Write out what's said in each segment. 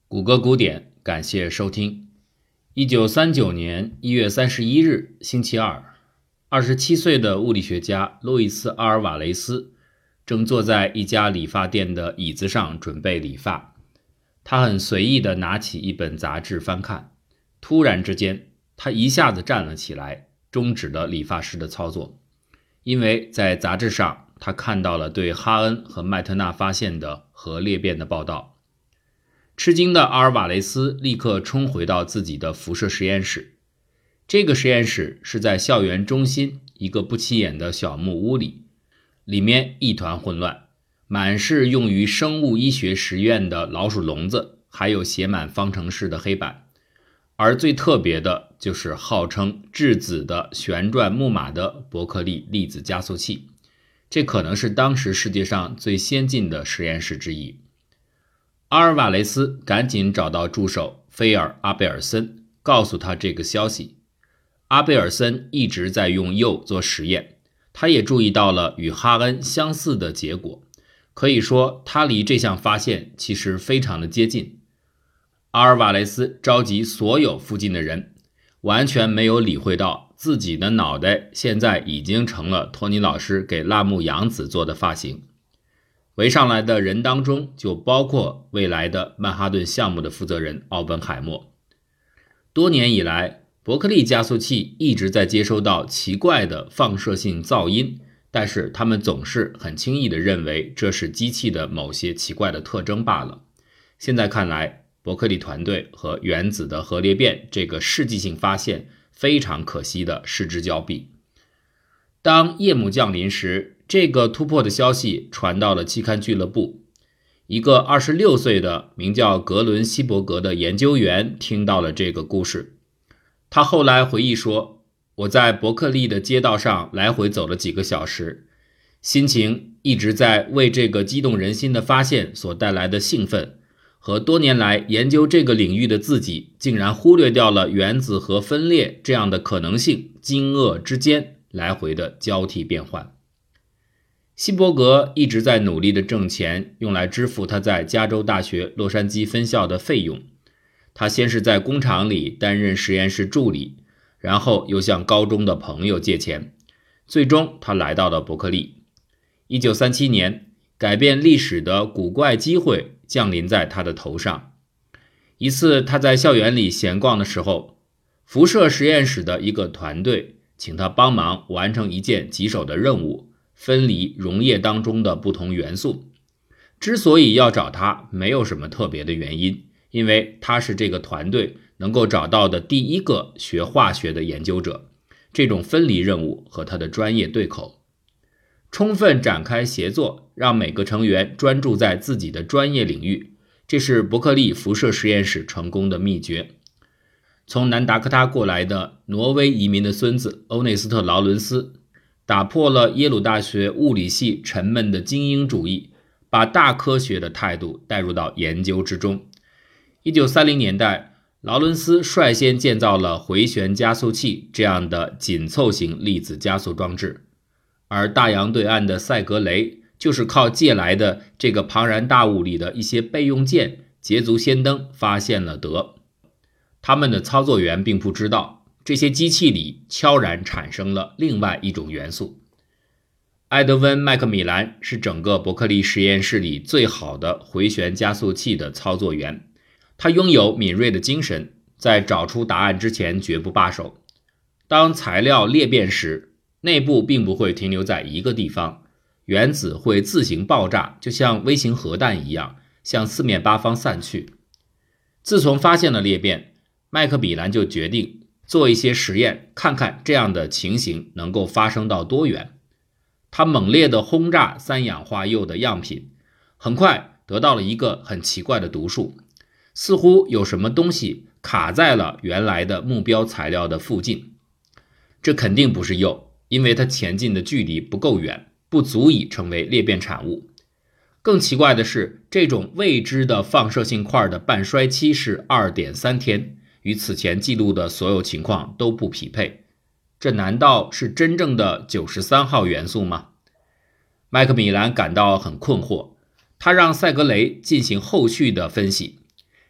谷歌古典，感谢收听。1939年1月31日，星期二，27岁的物理学家路易斯·阿尔瓦雷斯正坐在一家理发店的椅子上准备理发。他很随意地拿起一本杂志翻看，突然之间，他一下子站了起来，终止了理发师的操作，因为在杂志上他看到了对哈恩和麦特纳发现的核裂变的报道。吃惊的阿尔瓦雷斯立刻冲回到自己的辐射实验室。这个实验室是在校园中心一个不起眼的小木屋里，里面一团混乱，满是用于生物医学实验的老鼠笼子，还有写满方程式的黑板。而最特别的就是号称质子的旋转木马的伯克利粒子加速器，这可能是当时世界上最先进的实验室之一。阿尔瓦雷斯赶紧找到助手菲尔·阿贝尔森，告诉他这个消息。阿贝尔森一直在用铀做实验，他也注意到了与哈恩相似的结果，可以说他离这项发现其实非常的接近。阿尔瓦雷斯召集所有附近的人，完全没有理会到自己的脑袋现在已经成了托尼老师给辣目洋子做的发型。围上来的人当中就包括未来的曼哈顿项目的负责人奥本海默。多年以来，伯克利加速器一直在接收到奇怪的放射性噪音，但是他们总是很轻易地认为这是机器的某些奇怪的特征罢了。现在看来，伯克利团队和原子的核裂变这个世纪性发现非常可惜地失之交臂。当夜幕降临时，这个突破的消息传到了期刊俱乐部。一个26岁的名叫格伦·希伯格的研究员听到了这个故事。他后来回忆说，我在伯克利的街道上来回走了几个小时，心情一直在为这个激动人心的发现所带来的兴奋，和多年来研究这个领域的自己竟然忽略掉了原子核分裂这样的可能性惊愕之间来回的交替变换。希伯格一直在努力地挣钱，用来支付他在加州大学洛杉矶分校的费用。他先是在工厂里担任实验室助理，然后又向高中的朋友借钱，最终他来到了伯克利。1937年，改变历史的古怪机会降临在他的头上。一次他在校园里闲逛的时候，辐射实验室的一个团队请他帮忙完成一件棘手的任务，分离溶液当中的不同元素。之所以要找他，没有什么特别的原因，因为他是这个团队能够找到的第一个学化学的研究者，这种分离任务和他的专业对口。充分展开协作，让每个成员专注在自己的专业领域，这是伯克利辐射实验室成功的秘诀。从南达科他过来的挪威移民的孙子欧内斯特·劳伦斯打破了耶鲁大学物理系沉闷的精英主义，把大科学的态度带入到研究之中。1930年代，劳伦斯率先建造了回旋加速器这样的紧凑型粒子加速装置，而大洋对岸的赛格雷就是靠借来的这个庞然大物里的一些备用件捷足先登发现了德。他们的操作员并不知道，这些机器里悄然产生了另外一种元素。埃德温·麦克米兰是整个伯克利实验室里最好的回旋加速器的操作员，他拥有敏锐的精神，在找出答案之前绝不罢手。当材料裂变时，内部并不会停留在一个地方，原子会自行爆炸，就像微型核弹一样，向四面八方散去。自从发现了裂变，麦克米兰就决定做一些实验，看看这样的情形能够发生到多远。他猛烈地轰炸三氧化铀的样品，很快得到了一个很奇怪的读数，似乎有什么东西卡在了原来的目标材料的附近。这肯定不是铀，因为它前进的距离不够远，不足以成为裂变产物。更奇怪的是，这种未知的放射性块的半衰期是 2.3 天，与此前记录的所有情况都不匹配。这难道是真正的93号元素吗？麦克米兰感到很困惑，他让赛格雷进行后续的分析。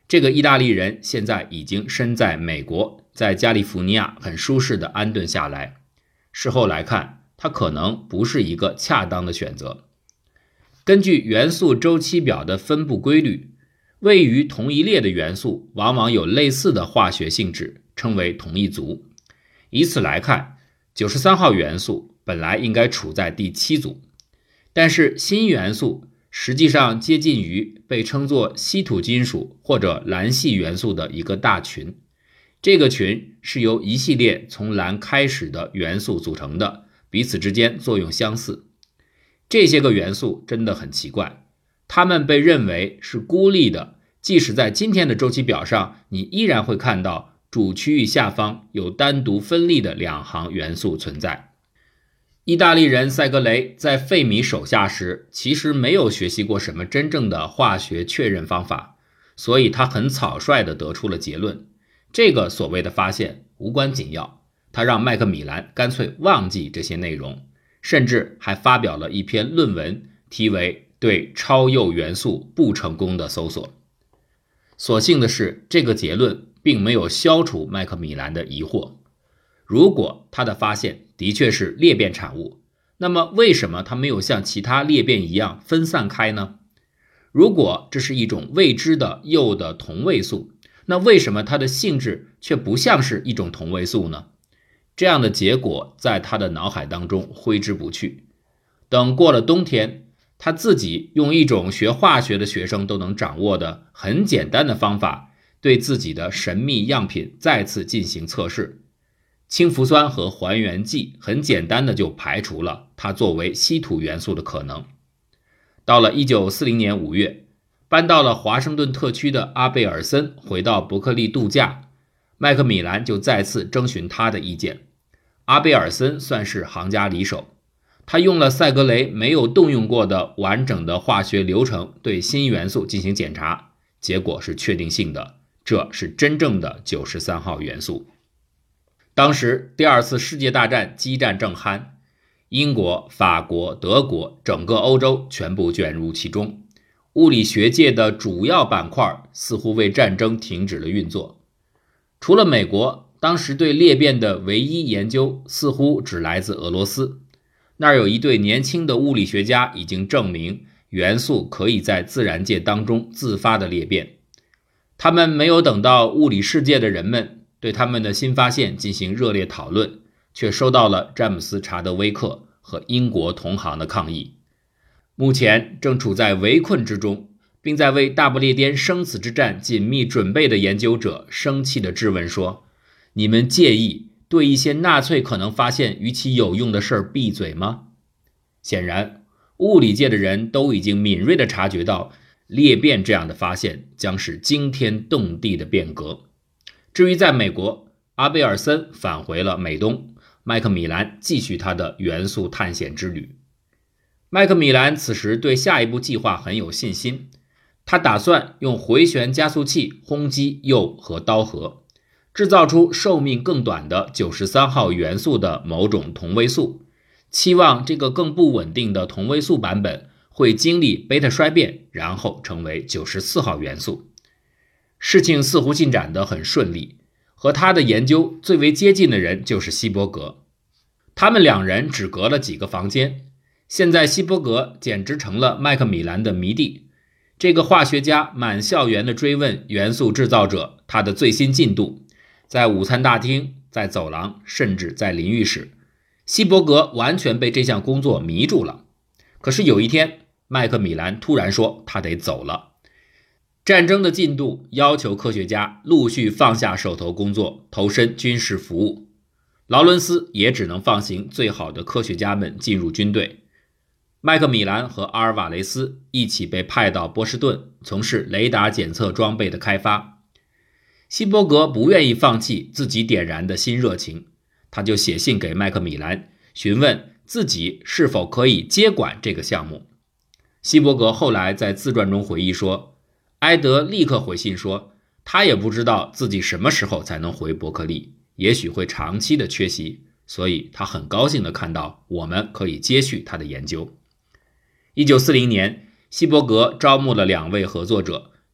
这个意大利人现在已经身在美国，在加利福尼亚很舒适的安顿下来。事后来看，他可能不是一个恰当的选择。根据元素周期表的分布规律，位于同一列的元素往往有类似的化学性质，称为同一族。以此来看，93号元素本来应该处在第7组，但是新元素实际上接近于被称作稀土金属或者蓝系元素的一个大群。这个群是由一系列从蓝开始的元素组成的，彼此之间作用相似。这些个元素真的很奇怪，它们被认为是孤立的，即使在今天的周期表上，你依然会看到主区域下方有单独分立的2行元素存在。意大利人塞格雷在费米手下时，其实没有学习过什么真正的化学确认方法，所以他很草率地得出了结论。这个所谓的发现无关紧要，他让麦克米兰干脆忘记这些内容，甚至还发表了一篇论文，题为《对超铀元素不成功的搜索》。所幸的是，这个结论并没有消除麦克米兰的疑惑。如果他的发现的确是裂变产物，那么为什么它没有像其他裂变一样分散开呢？如果这是一种未知的铀的同位素，那为什么它的性质却不像是一种同位素呢？这样的结果在他的脑海当中挥之不去。等过了冬天，他自己用一种学化学的学生都能掌握的很简单的方法，对自己的神秘样品再次进行测试。氢氟酸和还原剂很简单的就排除了它作为稀土元素的可能。到了1940年5月，搬到了华盛顿特区的阿贝尔森回到伯克利度假，麦克米兰就再次征询他的意见。阿贝尔森算是行家里手，他用了塞格雷没有动用过的完整的化学流程对新元素进行检查，结果是确定性的，这是真正的93号元素。当时第2次世界大战激战正酣，英国、法国、德国，整个欧洲全部卷入其中，物理学界的主要板块似乎为战争停止了运作。除了美国，当时对裂变的唯一研究似乎只来自俄罗斯，那儿有一对年轻的物理学家已经证明元素可以在自然界当中自发的裂变。他们没有等到物理世界的人们对他们的新发现进行热烈讨论，却收到了詹姆斯·查德威克和英国同行的抗议。目前正处在围困之中，并在为大不列颠生死之战紧密准备的研究者生气地质问说：你们介意对一些纳粹可能发现与其有用的事儿闭嘴吗？显然，物理界的人都已经敏锐地察觉到裂变这样的发现将是惊天动地的变革。至于在美国，阿贝尔森返回了美东，麦克米兰继续他的元素探险之旅。麦克米兰此时对下一步计划很有信心，他打算用回旋加速器轰击铀和氘核，制造出寿命更短的93号元素的某种同位素，期望这个更不稳定的同位素版本会经历贝塔衰变，然后成为94号元素。事情似乎进展得很顺利，和他的研究最为接近的人就是希伯格。他们2人只隔了几个房间，现在希伯格简直成了麦克米兰的迷弟。这个化学家满校园的追问元素制造者他的最新进度，在午餐大厅，在走廊，甚至在淋浴室。希伯格完全被这项工作迷住了。可是有一天，麦克米兰突然说他得走了。战争的进度要求科学家陆续放下手头工作，投身军事服务。劳伦斯也只能放行最好的科学家们进入军队。麦克米兰和阿尔瓦雷斯一起被派到波士顿，从事雷达检测装备的开发。希伯格不愿意放弃自己点燃的新热情，他就写信给麦克米兰，询问自己是否可以接管这个项目。希伯格后来在自传中回忆说，埃德立刻回信说，他也不知道自己什么时候才能回伯克利，也许会长期的缺席，所以他很高兴地看到我们可以接续他的研究。1940年，希伯格招募了2位合作者，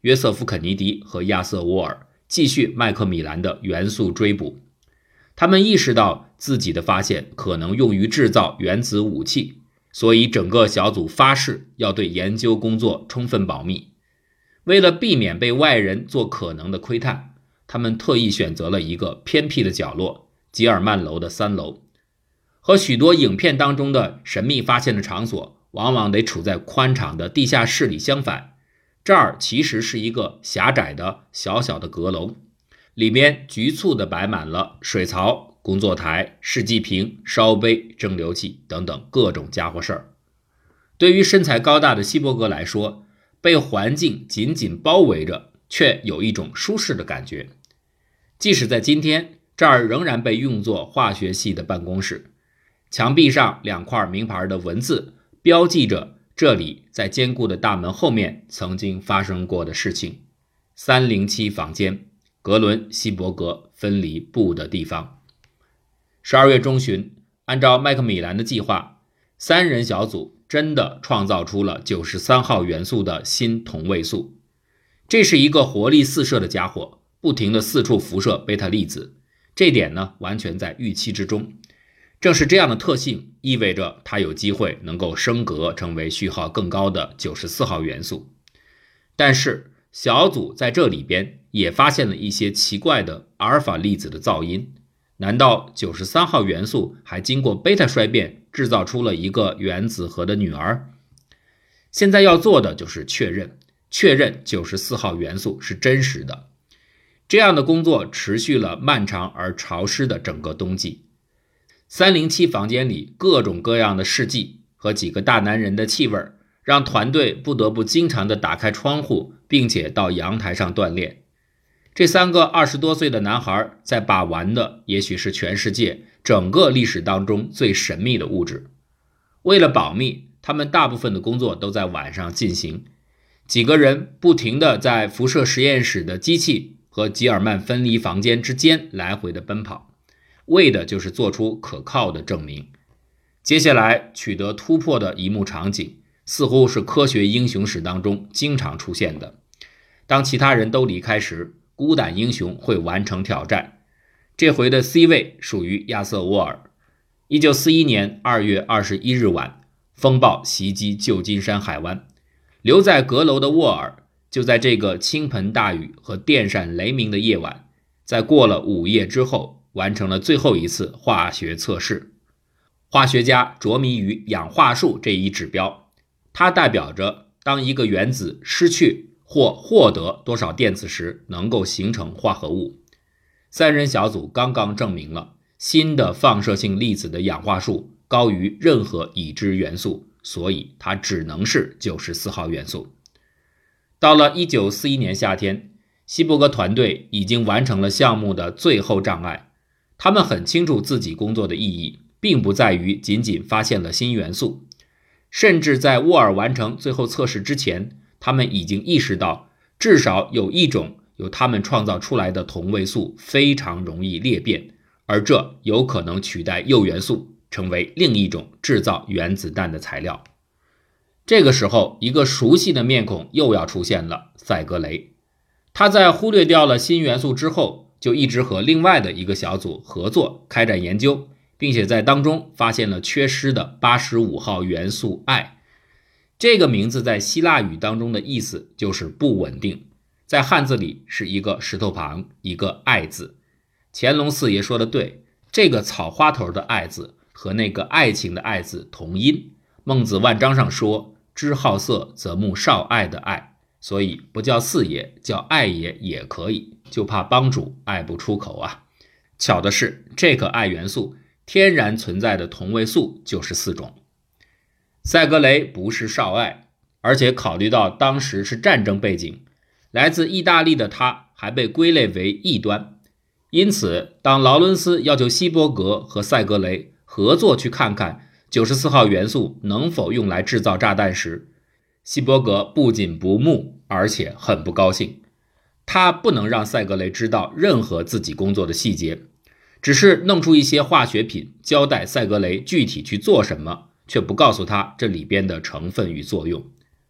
约瑟夫·肯尼迪和亚瑟·沃尔继续麦克米兰的元素追捕。他们意识到自己的发现可能用于制造原子武器，所以整个小组发誓要对研究工作充分保密。为了避免被外人做可能的窥探，他们特意选择了一个偏僻的角落，吉尔曼楼的3楼。和许多影片当中的神秘发现的场所往往得处在宽敞的地下室里相反，这儿其实是一个狭窄的小小的阁楼，里面局促地摆满了水槽、工作台、试剂瓶、烧杯、蒸馏器等等各种家伙事儿。对于身材高大的希伯格来说，被环境紧紧包围着，却有一种舒适的感觉。即使在今天，这儿仍然被用作化学系的办公室，墙壁上2块名牌的文字标记着这里在坚固的大门后面曾经发生过的事情。307房间，格伦希伯格分离部的地方。12月中旬，按照麦克米兰的计划，3人小组真的创造出了93号元素的新同位素。这是一个活力四射的家伙，不停地四处辐射贝塔粒子，这点呢完全在预期之中。正是这样的特性意味着它有机会能够升格成为序号更高的94号元素。但是小组在这里边也发现了一些奇怪的阿尔法粒子的噪音。难道93号元素还经过贝塔衰变制造出了一个原子核的女儿？现在要做的就是确认94号元素是真实的。这样的工作持续了漫长而潮湿的整个冬季。307房间里各种各样的试剂和几个大男人的气味，让团队不得不经常地打开窗户，并且到阳台上锻炼。这3个20多岁的男孩在把玩的也许是全世界整个历史当中最神秘的物质。为了保密，他们大部分的工作都在晚上进行。几个人不停地在辐射实验室的机器和吉尔曼分离房间之间来回的奔跑，为的就是做出可靠的证明。接下来取得突破的一幕场景，似乎是科学英雄史当中经常出现的。当其他人都离开时，孤胆英雄会完成挑战。这回的 C 位属于亚瑟·沃尔。1941年2月21日晚，风暴袭击旧金山海湾，留在阁楼的沃尔就在这个倾盆大雨和电闪雷鸣的夜晚，在过了午夜之后完成了最后一次化学测试。化学家着迷于氧化数这一指标，它代表着当一个原子失去或获得多少电子时能够形成化合物。3人小组刚刚证明了新的放射性粒子的氧化数高于任何已知元素，所以它只能是94号元素。到了1941年夏天，希伯格团队已经完成了项目的最后障碍。他们很清楚自己工作的意义并不在于仅仅发现了新元素，甚至在沃尔完成最后测试之前，他们已经意识到至少有一种由他们创造出来的同位素非常容易裂变，而这有可能取代铀元素成为另一种制造原子弹的材料。这个时候，一个熟悉的面孔又要出现了，赛格雷。他在忽略掉了新元素之后，就一直和另外的一个小组合作开展研究，并且在当中发现了缺失的85号元素氦。这个名字在希腊语当中的意思就是不稳定，在汉字里是一个石头旁一个爱字。乾隆四爷说的对，这个草花头的爱字和那个爱情的爱字同音。孟子万章上说，知好色则慕少爱的爱，所以不叫四爷，叫爱爷也可以，就怕帮主爱不出口啊。巧的是，这个氦元素天然存在的同位素就是4种。赛格雷不是少爱，而且考虑到当时是战争背景，来自意大利的他还被归类为异端。因此当劳伦斯要求希伯格和赛格雷合作去看看94号元素能否用来制造炸弹时，希伯格不仅不慕，而且很不高兴。他不能让赛格雷知道任何自己工作的细节，只是弄出一些化学品，交代赛格雷具体去做什么，却不告诉他这里边的成分与作用。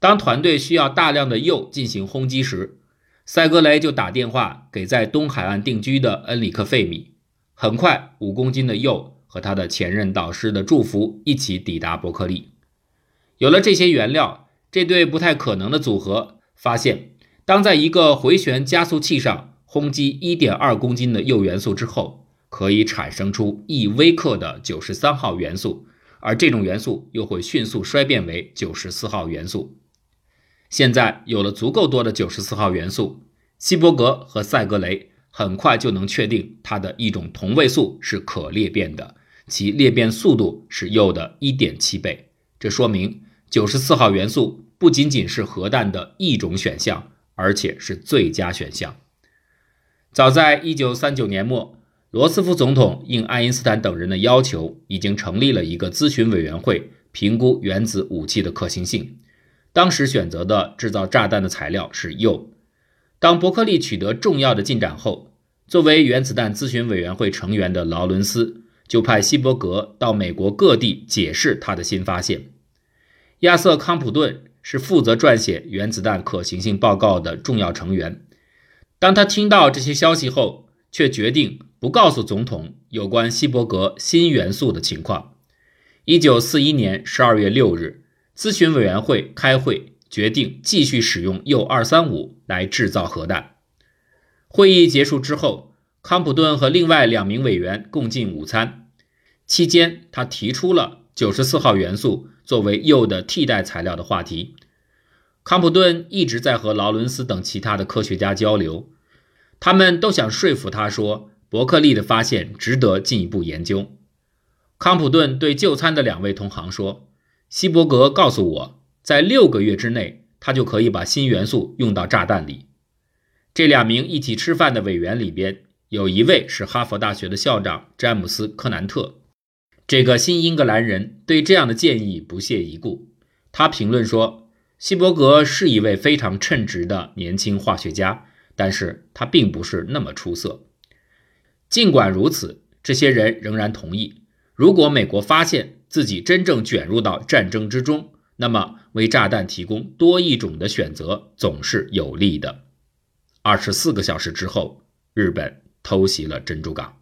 当团队需要大量的铀进行轰击时，塞格雷就打电话给在东海岸定居的恩里克·费米。很快5公斤的铀和他的前任导师的祝福一起抵达伯克利。有了这些原料，这对不太可能的组合发现，当在一个回旋加速器上轰击 1.2 公斤的铀元素之后，可以产生出1微克的93号元素，而这种元素又会迅速衰变为94号元素。现在有了足够多的94号元素，希伯格和塞格雷很快就能确定它的一种同位素是可裂变的，其裂变速度是铀的 1.7 倍。这说明94号元素不仅仅是核弹的一种选项，而且是最佳选项。早在1939年末，罗斯福总统应爱因斯坦等人的要求，已经成立了一个咨询委员会，评估原子武器的可行性。当时选择的制造炸弹的材料是铀。当伯克利取得重要的进展后，作为原子弹咨询委员会成员的劳伦斯就派希伯格到美国各地解释他的新发现。亚瑟·康普顿是负责撰写原子弹可行性报告的重要成员。当他听到这些消息后，却决定不告诉总统有关希伯格新元素的情况。1941年12月6日，咨询委员会开会，决定继续使用铀235来制造核弹。会议结束之后，康普顿和另外2名委员共进午餐，期间他提出了94号元素作为铀的替代材料的话题。康普顿一直在和劳伦斯等其他的科学家交流，他们都想说服他说伯克利的发现值得进一步研究。康普顿对就餐的2位同行说，希伯格告诉我，在6个月之内他就可以把新元素用到炸弹里。这2名一起吃饭的委员里边，有一位是哈佛大学的校长詹姆斯·柯南特。这个新英格兰人对这样的建议不屑一顾，他评论说，希伯格是一位非常称职的年轻化学家，但是他并不是那么出色。尽管如此，这些人仍然同意，如果美国发现自己真正卷入到战争之中，那么为炸弹提供多一种的选择总是有利的。24个小时之后，日本偷袭了珍珠港。